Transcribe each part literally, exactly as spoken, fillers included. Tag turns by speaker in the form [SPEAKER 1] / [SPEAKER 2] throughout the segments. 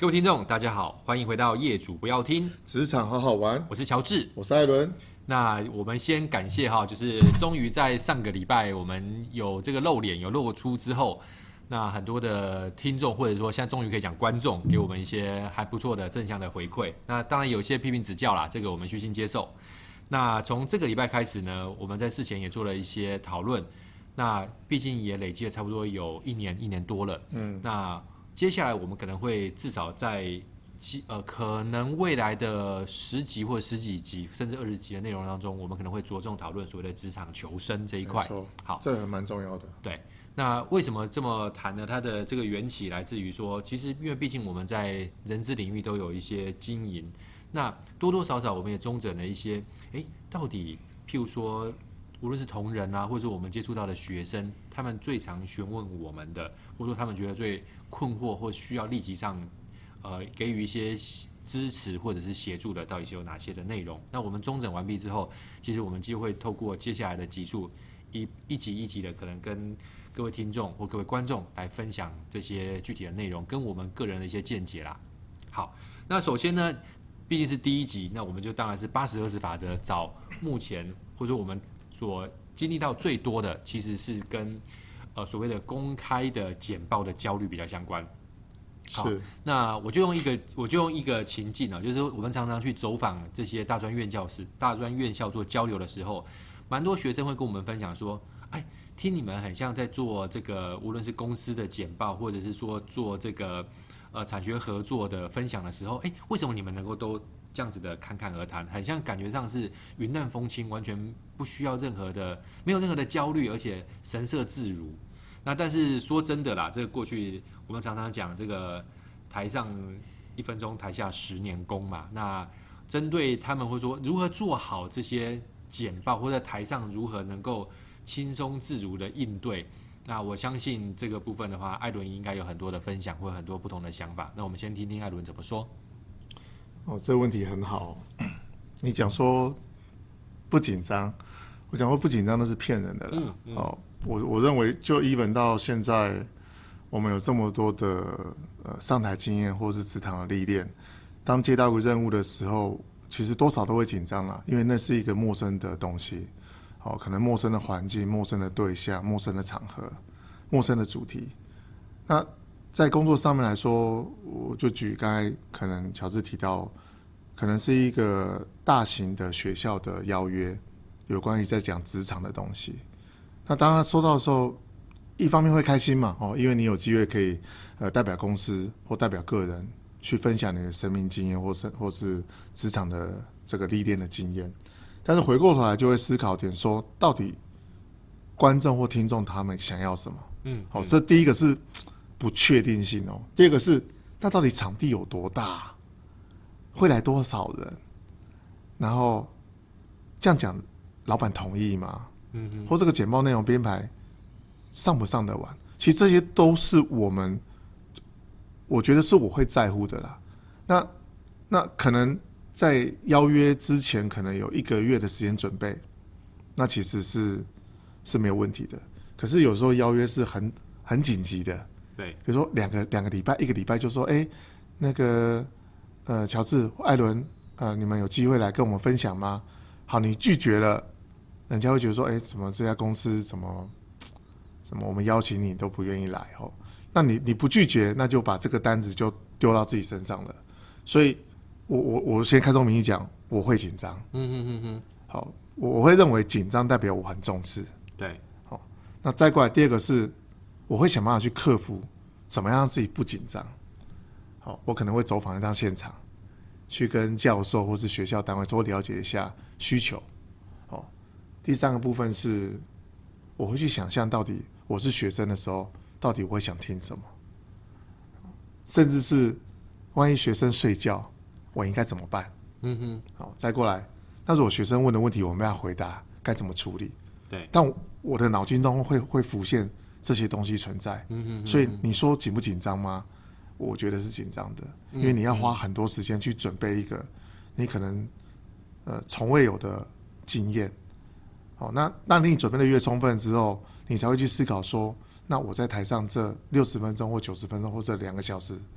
[SPEAKER 1] 各位听众大家好，欢迎回到业主不要听
[SPEAKER 2] 职场好好玩，
[SPEAKER 1] 我是乔治，
[SPEAKER 2] 我是艾伦。
[SPEAKER 1] 那我们先感谢哈，就是终于在上个礼拜我们有这个露脸有露出之后，那很多的听众或者说现在终于可以讲观众给我们一些还不错的正向的回馈，那当然有一些批评指教啦，这个我们虚心接受。那从这个礼拜开始呢，我们在事前也做了一些讨论，那毕竟也累积了差不多有一年一年多了，嗯，那接下来我们可能会至少在呃可能未来的十集或者十几集甚至二十集的内容当中，我们可能会着重讨论所谓的职场求生这一块。
[SPEAKER 2] 好，这还蛮重要的。
[SPEAKER 1] 对，那为什么这么谈呢？它的这个缘起来自于说，其实因为毕竟我们在人资领域都有一些经营，那多多少少我们也中诊了一些，哎，到底譬如说无论是同仁啊，或者说我们接触到的学生，他们最常询问我们的，或者说他们觉得最困惑或需要立即上呃给予一些支持或者是协助的，到底是有哪些的内容？那我们中诊完毕之后，其实我们就会透过接下来的集数，一一集一集的，可能跟各位听众或各位观众来分享这些具体的内容，跟我们个人的一些见解啦。好，那首先呢，毕竟是第一集，那我们就当然是八十二十法则，找目前或者说我们所经历到最多的，其实是跟呃所谓的公开的简报的焦虑比较相关。好，
[SPEAKER 2] 是，
[SPEAKER 1] 那我就用一个我就用一个情境啊，就是我们常常去走访这些大专院教师、大专院校做交流的时候，蛮多学生会跟我们分享说，哎，听你们很像在做这个，无论是公司的简报，或者是说做这个呃产学合作的分享的时候，哎，为什么你们能够都这样子的侃侃而谈，很像感觉上是云淡风轻，完全不需要任何的，没有任何的焦虑，而且神色自如。那但是说真的啦，这个过去我们常常讲这个台上一分钟，台下十年功嘛。那针对他们会说如何做好这些简报，或者台上如何能够轻松自如的应对。那我相信这个部分的话，艾伦应该有很多的分享，或很多不同的想法。那我们先听听艾伦怎么说。
[SPEAKER 2] 哦，这个问题很好。你讲说不紧张，我讲说不紧张那是骗人的啦。嗯嗯、哦，我我认为就 even 到现在，我们有这么多的呃上台经验或是职场的历练，当接到一个任务的时候，其实多少都会紧张啦，因为那是一个陌生的东西，哦，可能陌生的环境、陌生的对象、陌生的场合、陌生的主题。那在工作上面来说，我就举刚才可能乔治提到，可能是一个大型的学校的邀约，有关于在讲职场的东西。那当他收到的时候，一方面会开心嘛，哦，因为你有机会可以呃代表公司或代表个人去分享你的生命经验或是或是职场的这个历练的经验。但是回过头来就会思考点说，到底观众或听众他们想要什么？嗯，好、哦，这第一个是不确定性哦。第二个是，那到底场地有多大？会来多少人？然后这样讲，老板同意吗？嗯哼，或这个简报内容编排上不上得完？其实这些都是我们，我觉得是我会在乎的啦。那那可能在邀约之前，可能有一个月的时间准备，那其实是是没有问题的。可是有时候邀约是很很紧急的，
[SPEAKER 1] 对，
[SPEAKER 2] 比如说两个两个礼拜，一个礼拜就说，哎，那个呃，乔治、艾伦，呃，你们有机会来跟我们分享吗？好，你拒绝了，人家会觉得说，哎，怎么这家公司怎么怎么我们邀请你都不愿意来哦？那你你不拒绝，那就把这个单子就丢到自己身上了。所以我我我先开宗明义讲，我会紧张。嗯哼哼哼。好，我我会认为紧张代表我很重视。
[SPEAKER 1] 对。
[SPEAKER 2] 好，那再过来第二个是，我会想办法去克服，怎么样让自己不紧张。好，我可能会走访一趟现场，去跟教授或是学校单位多了解一下需求。好，第三个部分是，我会去想象到底我是学生的时候，到底我会想听什么，甚至是万一学生睡觉，我应该怎么办？嗯哼，好，再过来，那如果学生问的问题我们要回答，该怎么处理？
[SPEAKER 1] 对，
[SPEAKER 2] 但我的脑筋中会会浮现这些东西存在。嗯哼嗯哼，所以你说紧不紧张吗？我觉得是紧张的，因为你要花很多时间去准备一个你可能呃从未有的经验。好，那那你准备的越充分之后，你才会去思考说，那我在台上这六十分钟或九十分钟或者两个小时，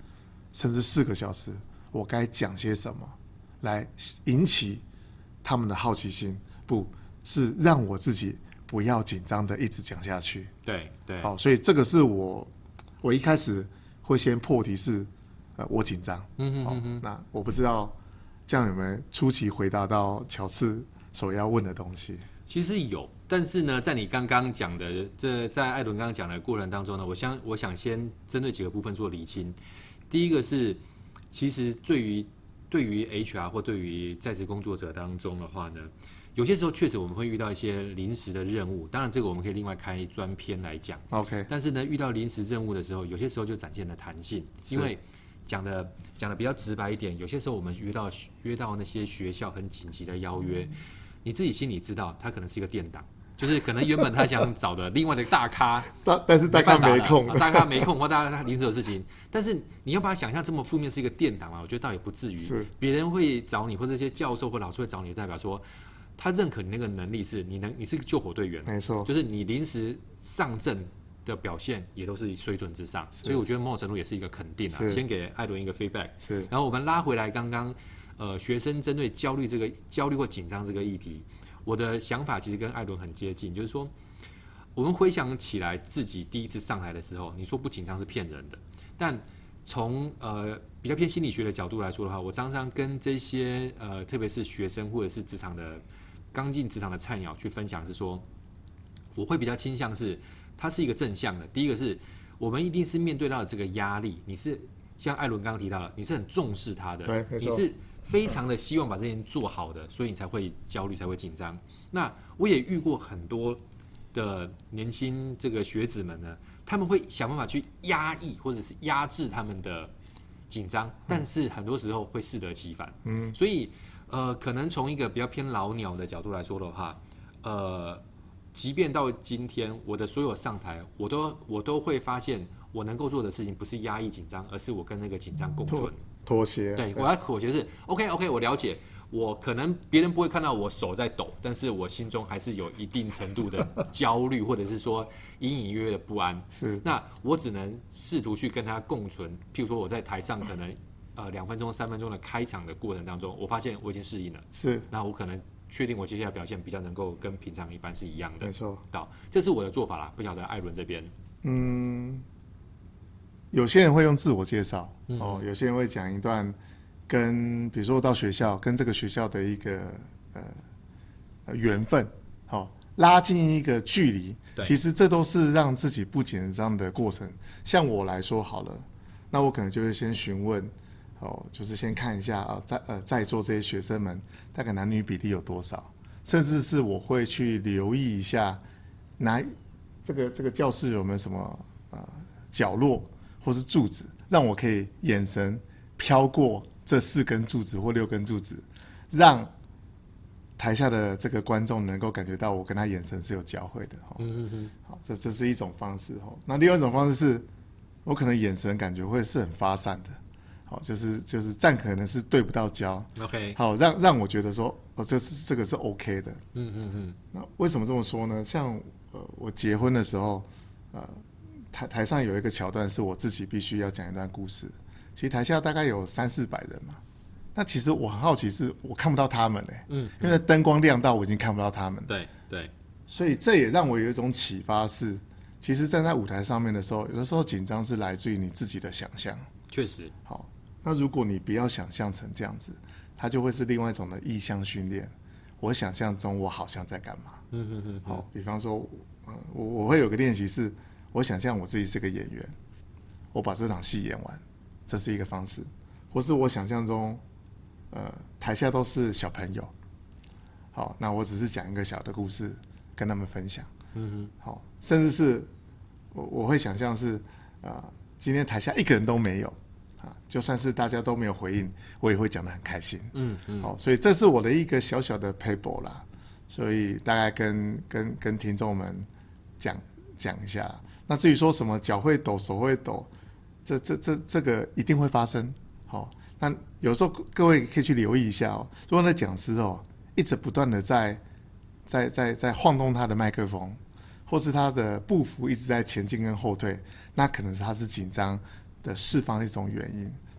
[SPEAKER 2] 甚至四个小时，我该讲些什么来引起他们的好奇心，不是让我自己不要紧张的一直讲下去。
[SPEAKER 1] 对对，
[SPEAKER 2] 好，所以这个是我我一开始会先破题是，呃，我紧张。
[SPEAKER 1] 嗯哼嗯哼，
[SPEAKER 2] 那我不知道这样有没有初期回答到乔治所要问的东西。
[SPEAKER 1] 其实有，但是呢，在你刚刚讲的这，在艾伦刚刚讲的过程当中呢，我想我想先针对几个部分做厘清。第一个是，其实对于对于 H R 或对于在职工作者当中的话呢，有些时候确实我们会遇到一些临时的任务，当然这个我们可以另外开专篇来讲。
[SPEAKER 2] OK，
[SPEAKER 1] 但是呢，遇到临时任务的时候，有些时候就展现了弹性，因为讲的讲的比较直白一点，有些时候我们约到约到那些学校很紧急的邀约。你自己心里知道，他可能是一个电档，就是可能原本他想找的另外的大咖，
[SPEAKER 2] 但但是大咖没空，
[SPEAKER 1] 大咖没空，或大咖临时有事情。但是你要把它想象这么负面是一个电档嘛？我觉得倒也不至于。
[SPEAKER 2] 是
[SPEAKER 1] 别人会找你，或者这些教授或老师会找你，代表说他认可你那个能力是你能，你是个救火队员，
[SPEAKER 2] 没错，
[SPEAKER 1] 就是你临时上阵的表现也都是水准之上，所以我觉得某种程度也是一个肯定啊。先给艾伦一个 feedback，
[SPEAKER 2] 是。
[SPEAKER 1] 然后我们拉回来刚刚。呃，学生针对焦虑这个焦虑或紧张这个议题，我的想法其实跟艾伦很接近，就是说，我们回想起来自己第一次上台的时候，你说不紧张是骗人的。但从呃比较偏心理学的角度来说的话，我常常跟这些呃特别是学生或者是职场的刚进职场的菜鸟去分享，是说，我会比较倾向是它是一个正向的。第一个是我们一定是面对到的这个压力，你是像艾伦刚刚提到的，你是很重视它的，
[SPEAKER 2] 对，
[SPEAKER 1] 你是。非常的希望把这件事做好的，所以你才会焦虑，才会紧张。那我也遇过很多的年轻这个学子们呢，他们会想办法去压抑或者是压制他们的紧张，但是很多时候会适得其反。嗯，所以呃，可能从一个比较偏老鸟的角度来说的话，呃，即便到今天，我的所有上台，我都我都会发现，我能够做的事情不是压抑紧张，而是我跟那个紧张共存。
[SPEAKER 2] 妥协，
[SPEAKER 1] 对，我要妥协是 OK OK， 我了解，我可能别人不会看到我手在抖，但是我心中还是有一定程度的焦虑，或者是说隐隐约约的不安。
[SPEAKER 2] 是，
[SPEAKER 1] 那我只能试图去跟他共存。譬如说我在台上可能呃两分钟、三分钟的开场的过程当中，我发现我已经适应了，
[SPEAKER 2] 是，
[SPEAKER 1] 那我可能确定我接下来表现比较能够跟平常一般是一样的。
[SPEAKER 2] 没错，
[SPEAKER 1] 到这是我的做法啦，不晓得艾伦这边。
[SPEAKER 2] 嗯。有些人会用自我介绍、
[SPEAKER 1] 嗯、
[SPEAKER 2] 哦，有些人会讲一段跟比如说到学校跟这个学校的一个呃缘分，好、哦、拉近一个距离，其实这都是让自己不紧张的过程。像我来说好了，那我可能就会先询问，哦，就是先看一下啊，在呃在座这些学生们大概男女比例有多少，甚至是我会去留意一下，哪这个这个教室有没有什么呃角落。或是柱子，让我可以眼神飘过这四根柱子或六根柱子，让台下的这个观众能够感觉到我跟他眼神是有交汇的。嗯嗯嗯，好，这这是一种方式。那另外一种方式是，我可能眼神感觉会是很发散的，好，就是就是站可能是对不到焦。
[SPEAKER 1] OK，
[SPEAKER 2] 好，让让我觉得说，哦，这是这个是 OK 的。嗯嗯嗯。那为什么这么说呢？像呃，我结婚的时候，呃。台台上有一个桥段是我自己必须要讲一段故事，其实台下大概有三四百人嘛，那其实我很好奇是我看不到他们嘞、欸，嗯，因为灯光亮到我已经看不到他们，
[SPEAKER 1] 对对，
[SPEAKER 2] 所以这也让我有一种启发是，其实站在舞台上面的时候，有的时候紧张是来自于你自己的想象，
[SPEAKER 1] 确实，
[SPEAKER 2] 好，那如果你不要想象成这样子，它就会是另外一种的意象训练。我想象中我好像在干嘛，嗯嗯嗯，好，比方说，嗯，我我会有个练习是。我想象我自己是个演员，我把这场戏演完，这是一个方式；或是我想象中，呃，台下都是小朋友，好，那我只是讲一个小的故事跟他们分享，嗯哼，好，甚至是我我会想象是，呃，今天台下一个人都没有，啊，就算是大家都没有回应，我也会讲得很开心，嗯嗯，好，所以这是我的一个小小的 paper 啦，所以大概跟跟跟听众们讲讲一下。那至于说什么脚会抖、手会抖，这这这这个一定会发生。好，那有时候各位可以去留意一下哦。如果那讲师哦一直不断的在在在在晃动他的麦克风，或是他的步幅一直在前进跟后退，那可能是他是紧张的释放的一种原因。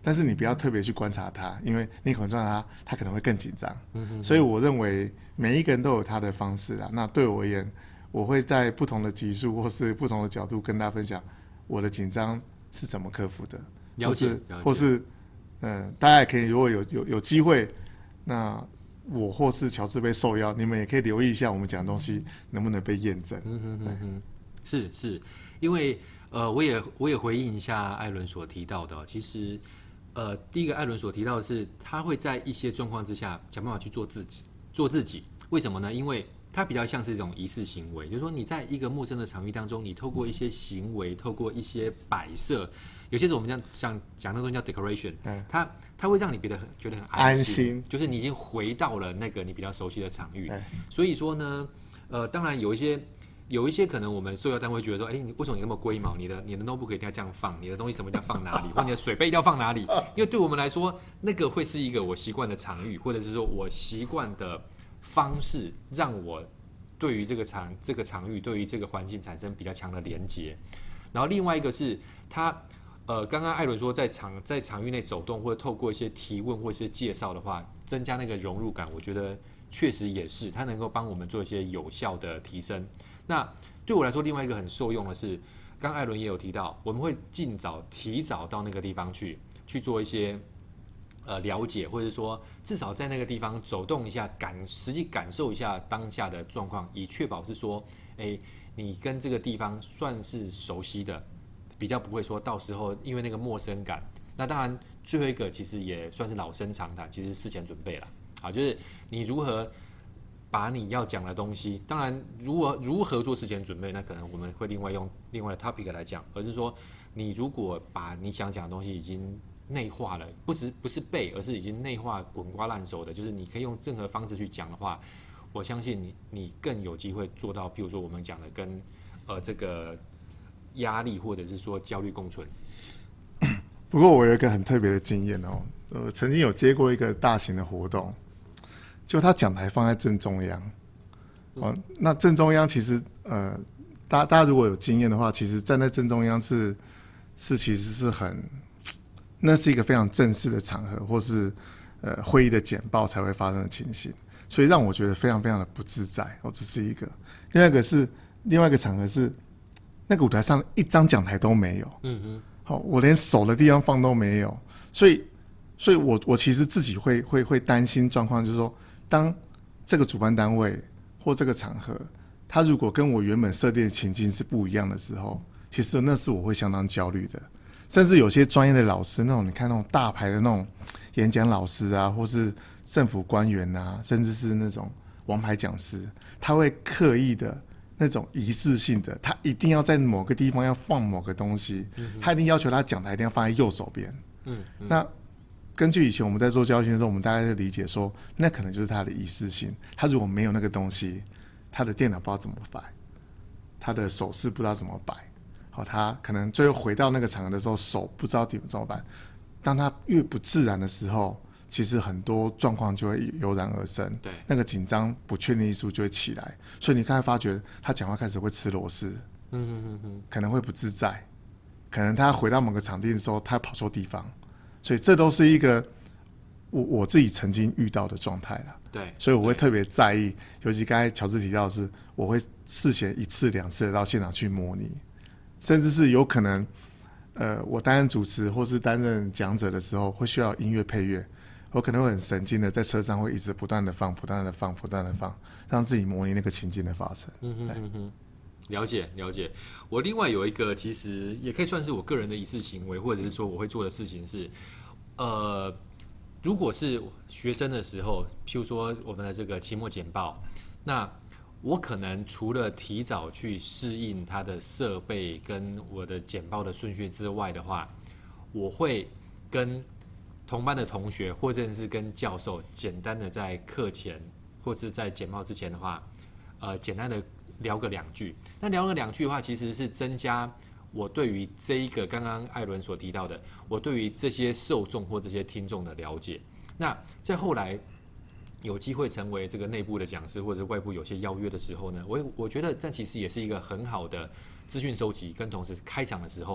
[SPEAKER 2] 但是你不要特别去观察他，因为你观察他，他可能会更紧张。嗯哼哼，所以我认为每一个人都有他的方式啦。那对我而言，我会在不同的集数或是不同的角度跟大家分享我的紧张是怎么克服的，
[SPEAKER 1] 了解，
[SPEAKER 2] 或是或是嗯，大家也可以如果有有有机会，那我或是乔治被受邀，你们也可以留意一下我们讲的东西能不能被验证。
[SPEAKER 1] 嗯哼哼哼，是是，因为呃，我也我也回应一下艾伦所提到的、哦，其实呃，第一个艾伦所提到的是，他会在一些状况之下想办法去做自己，做自己。为什么呢？因为它比较像是一种仪式行为，就是说你在一个陌生的场域当中，你透过一些行为，透过一些摆设，有些是我们讲讲讲那个东西叫 decoration，、嗯、它它会让你觉得很觉得很安心，
[SPEAKER 2] 安心，
[SPEAKER 1] 就是你已经回到了那个你比较熟悉的场域。所以说呢，呃，当然有一些有一些可能我们受邀单位觉得说，哎，你为什么你那么龟毛？你的你的 notebook 一定要这样放，你的东西什么一定要放哪里，或你的水杯一定要放哪里？因为对我们来说，那个会是一个我习惯的场域，或者是说我习惯的方式，让我对于这个场这个场域，对于这个环境产生比较强的连结。然后另外一个是他，呃，刚刚艾伦说在场在场域内走动，或者透过一些提问或一些介绍的话，增加那个融入感，我觉得确实也是，它能够帮我们做一些有效的提升。那对我来说，另外一个很受用的是，刚刚艾伦也有提到，我们会尽早提早到那个地方去去做一些。呃，了解，或者说至少在那个地方走动一下，感实际感受一下当下的状况，以确保是说，哎，你跟这个地方算是熟悉的，比较不会说到时候因为那个陌生感。那当然，最后一个其实也算是老生常谈，其实事前准备了，好，就是你如何把你要讲的东西，当然如何如何做事前准备，那可能我们会另外用另外的 topic 来讲，而是说你如果把你想讲的东西已经内化了，不是不是背，而是已经内化滚瓜烂熟的，就是你可以用任何方式去讲的话，我相信你你更有机会做到，譬如说我们讲的跟呃这个压力或者是说焦虑共存。
[SPEAKER 2] 不过我有一个很特别的经验哦，呃，曾经有接过一个大型的活动，就他讲台放在正中央，哦，那正中央其实呃，大家大家如果有经验的话，其实站在正中央是是其实是很。那是一个非常正式的场合，或是呃会议的简报才会发生的情形，所以让我觉得非常非常的不自在。哦，这是一个。另外一个是另外一个场合是那个舞台上一张讲台都没有，嗯哼，好、哦，我连手的地方放都没有，所以，所以我我其实自己会会会担心状况，就是说，当这个主办单位或这个场合，他如果跟我原本设定的情境是不一样的时候，其实那是我会相当焦虑的。甚至有些专业的老师，那种你看那种大牌的那种演讲老师啊，或是政府官员啊，甚至是那种王牌讲师，他会刻意的那种仪式性的，他一定要在某个地方要放某个东西，嗯、他一定要求他讲台一定要放在右手边。嗯嗯，那根据以前我们在做教训的时候，我们大概就理解说，那可能就是他的仪式性。他如果没有那个东西，他的电脑不知道怎么摆，他的手势不知道怎么摆。好，他可能最后回到那个场合的时候，手不知道怎么办。当他越不自然的时候，其实很多状况就会油然而生。
[SPEAKER 1] 对，
[SPEAKER 2] 那个紧张、不确定因素就会起来。所以你刚才发觉他讲话开始会吃螺丝，嗯哼哼哼，可能会不自在，可能他回到某个场地的时候，他跑错地方。所以这都是一个我我自己曾经遇到的状态了。
[SPEAKER 1] 对，
[SPEAKER 2] 所以我会特别在意，尤其刚才乔治提到的是，我会事前一次两次到现场去模拟。甚至是有可能，呃，我担任主持或是担任讲者的时候，会需要音乐配乐，我可能会很神经的在车上会一直不断的放、不断的放、不断的放，让自己模拟那个情境的发生。嗯哼
[SPEAKER 1] 嗯哼，了解了解。我另外有一个，其实也可以算是我个人的仪式行为，或者是说我会做的事情是，呃，如果是学生的时候，譬如说我们的这个期末简报，那我可能除了提早去适应它的设备跟我的简报的顺序之外的话，我会跟同班的同学或者是跟教授简单的在课前或是在简报之前的话，呃，简单的聊个两句。那聊个两句的话，其实是增加我对于这一个刚刚艾伦所提到的，我对于这些受众或这些听众的了解。那在后来有机会成为这个内部的讲师，或者外部有些邀约的时候呢，我我觉得这其实也是一个很好的资讯收集，跟同时开场的时候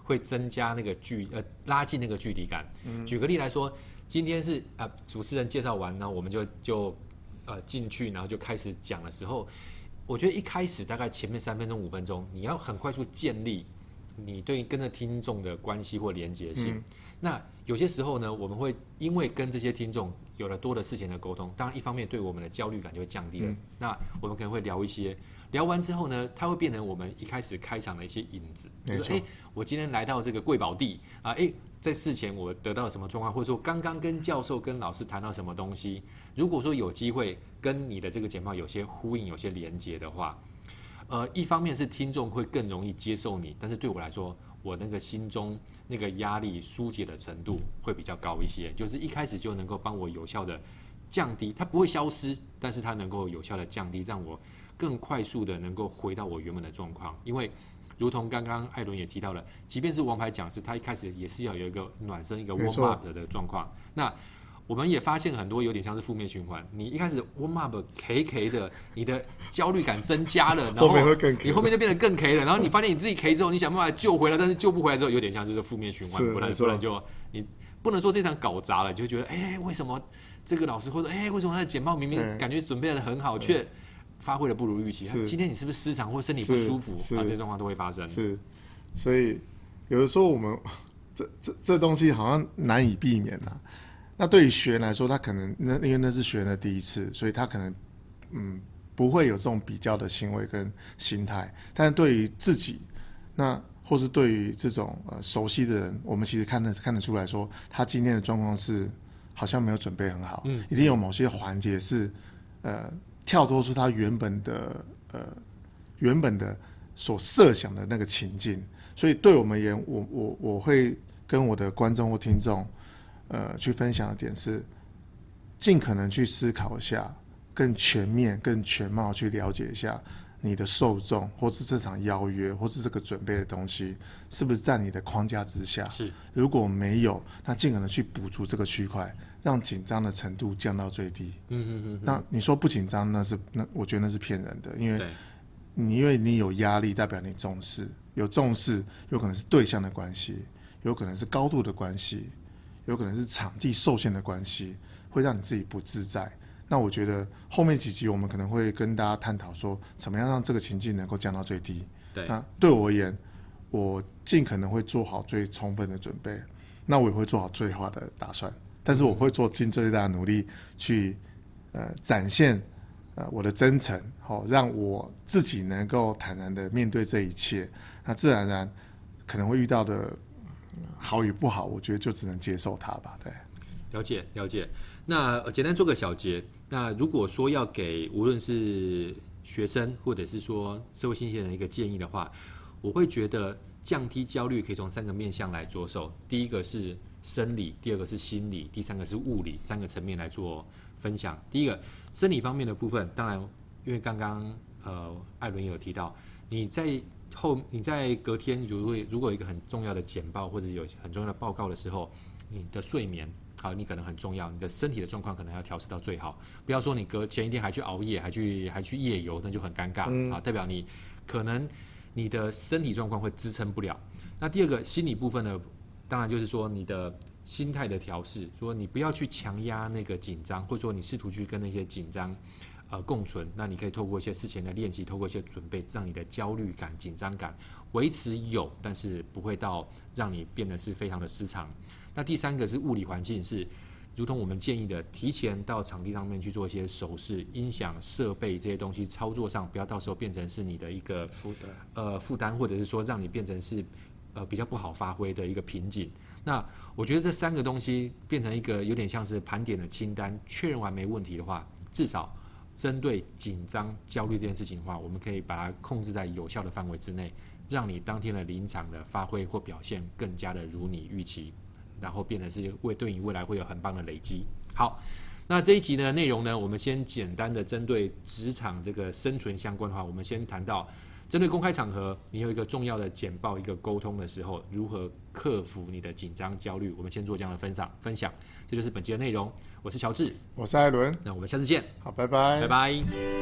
[SPEAKER 1] 会增加那个距呃拉近那个距离感。嗯、举个例来说，今天是啊、呃、主持人介绍完，然后我们就就呃进去，然后就开始讲的时候，我觉得一开始大概前面三分钟五分钟，你要很快速建立你对跟着听众的关系或连结性。嗯、那有些时候呢，我们会因为跟这些听众有了多的事前的沟通，当然一方面对我们的焦虑感就会降低了。嗯、那我们可能会聊一些，聊完之后呢，它会变成我们一开始开场的一些引子，就是哎，我今天来到这个贵宝地啊，哎，在事前我得到了什么状况，或者说刚刚跟教授跟老师谈到什么东西，如果说有机会跟你的这个简报有些呼应、有些连结的话，呃，一方面是听众会更容易接受你，但是对我来说，我那个心中那个压力疏解的程度会比较高一些，就是一开始就能够帮我有效的降低，它不会消失，但是它能够有效的降低，让我更快速的能够回到我原本的状况。因为如同刚刚艾伦也提到了，即便是王牌讲师，他一开始也是要有一个暖身、一个 warm up 的状况。那我们也发现很多有点像是负面循环，你一开始 warm up K K 的，你的焦虑感增加了，然后你后面就变得更 K 了，然后你发现你自己 K 之后，你想办法救回来，但是救不回来之后，有点像是负面循环，不然不然就你不能说这场搞砸了，你就觉得哎、欸，为什么这个老师或者哎、欸，为什么他的简报明明感觉准备的很好，却发挥的不如预期？今天你是不是失常或身体不舒服啊？这些状况都会发生。
[SPEAKER 2] 是，所以有的时候我们这这这东西好像难以避免啊。那对于学员来说，他可能那因为那是学员的第一次，所以他可能嗯不会有这种比较的行为跟心态。但是对于自己，那或是对于这种呃熟悉的人，我们其实看得看得出来说，他今天的状况是好像没有准备很好，嗯，一定有某些环节是呃跳脱出他原本的呃原本的所设想的那个情境。所以对我们而言，我我我会跟我的观众或听众。呃，去分享的点是，尽可能去思考一下，更全面、更全貌去了解一下你的受众，或是这场邀约，或是这个准备的东西，是不是在你的框架之下？
[SPEAKER 1] 是。
[SPEAKER 2] 如果没有，那尽可能去补足这个区块，让紧张的程度降到最低。嗯嗯嗯。那你说不紧张，那是那我觉得那是骗人的，因为你因为你有压力，代表你重视，有重视，有可能是对象的关系，有可能是高度的关系。有可能是场地受限的关系，会让你自己不自在。那我觉得后面几集我们可能会跟大家探讨说，怎么样让这个情境能够降到最低。
[SPEAKER 1] 对，
[SPEAKER 2] 那对我而言，我尽可能会做好最充分的准备，那我也会做好最坏的打算，但是我会做尽最大的努力去呃展现呃我的真诚，好、哦、让我自己能够坦然的面对这一切。那自然而然可能会遇到的。好与不好，我觉得就只能接受它吧。对，
[SPEAKER 1] 了解了解。那、呃、简单做个小结。那如果说要给无论是学生或者是说社会新鲜人一个建议的话，我会觉得降低焦虑可以从三个面向来着手。第一个是生理，第二个是心理，第三个是物理，三个层面来做分享。第一个生理方面的部分，当然因为刚刚呃艾伦也有提到，你在后你在隔天如果如果有一个很重要的简报或者有很重要的报告的时候，你的睡眠好，你可能很重要，你的身体的状况可能要调试到最好，不要说你隔前一天还去熬夜，还去还去夜游，那就很尴尬、嗯、啊，代表你可能你的身体状况会支撑不了。那第二个心理部分呢，当然就是说你的心态的调试，说你不要去强压那个紧张，或者说你试图去跟那些紧张呃，共存，那你可以透过一些事前的练习，透过一些准备，让你的焦虑感、紧张感维持有，但是不会到让你变得是非常的失常。那第三个是物理环境，是如同我们建议的，提前到场地上面去做一些手势、音响、设备这些东西，操作上不要到时候变成是你的一个负担，呃，负担，或者是说让你变成是呃比较不好发挥的一个瓶颈。那我觉得这三个东西变成一个有点像是盘点的清单，确认完没问题的话，至少针对紧张、焦虑这件事情的话，我们可以把它控制在有效的范围之内，让你当天的临场的发挥或表现更加的如你预期，然后变成是为对你未来会有很棒的累积。好，那这一集的内容呢，我们先简单的针对职场这个生存相关的话，我们先谈到针对公开场合，你有一个重要的简报、一个沟通的时候，如何克服你的紧张、焦虑？我们先做这样的分享，分享，这就是本期的内容。我是乔治，
[SPEAKER 2] 我是艾伦，
[SPEAKER 1] 那我们下次见。
[SPEAKER 2] 好，拜拜，
[SPEAKER 1] 拜拜。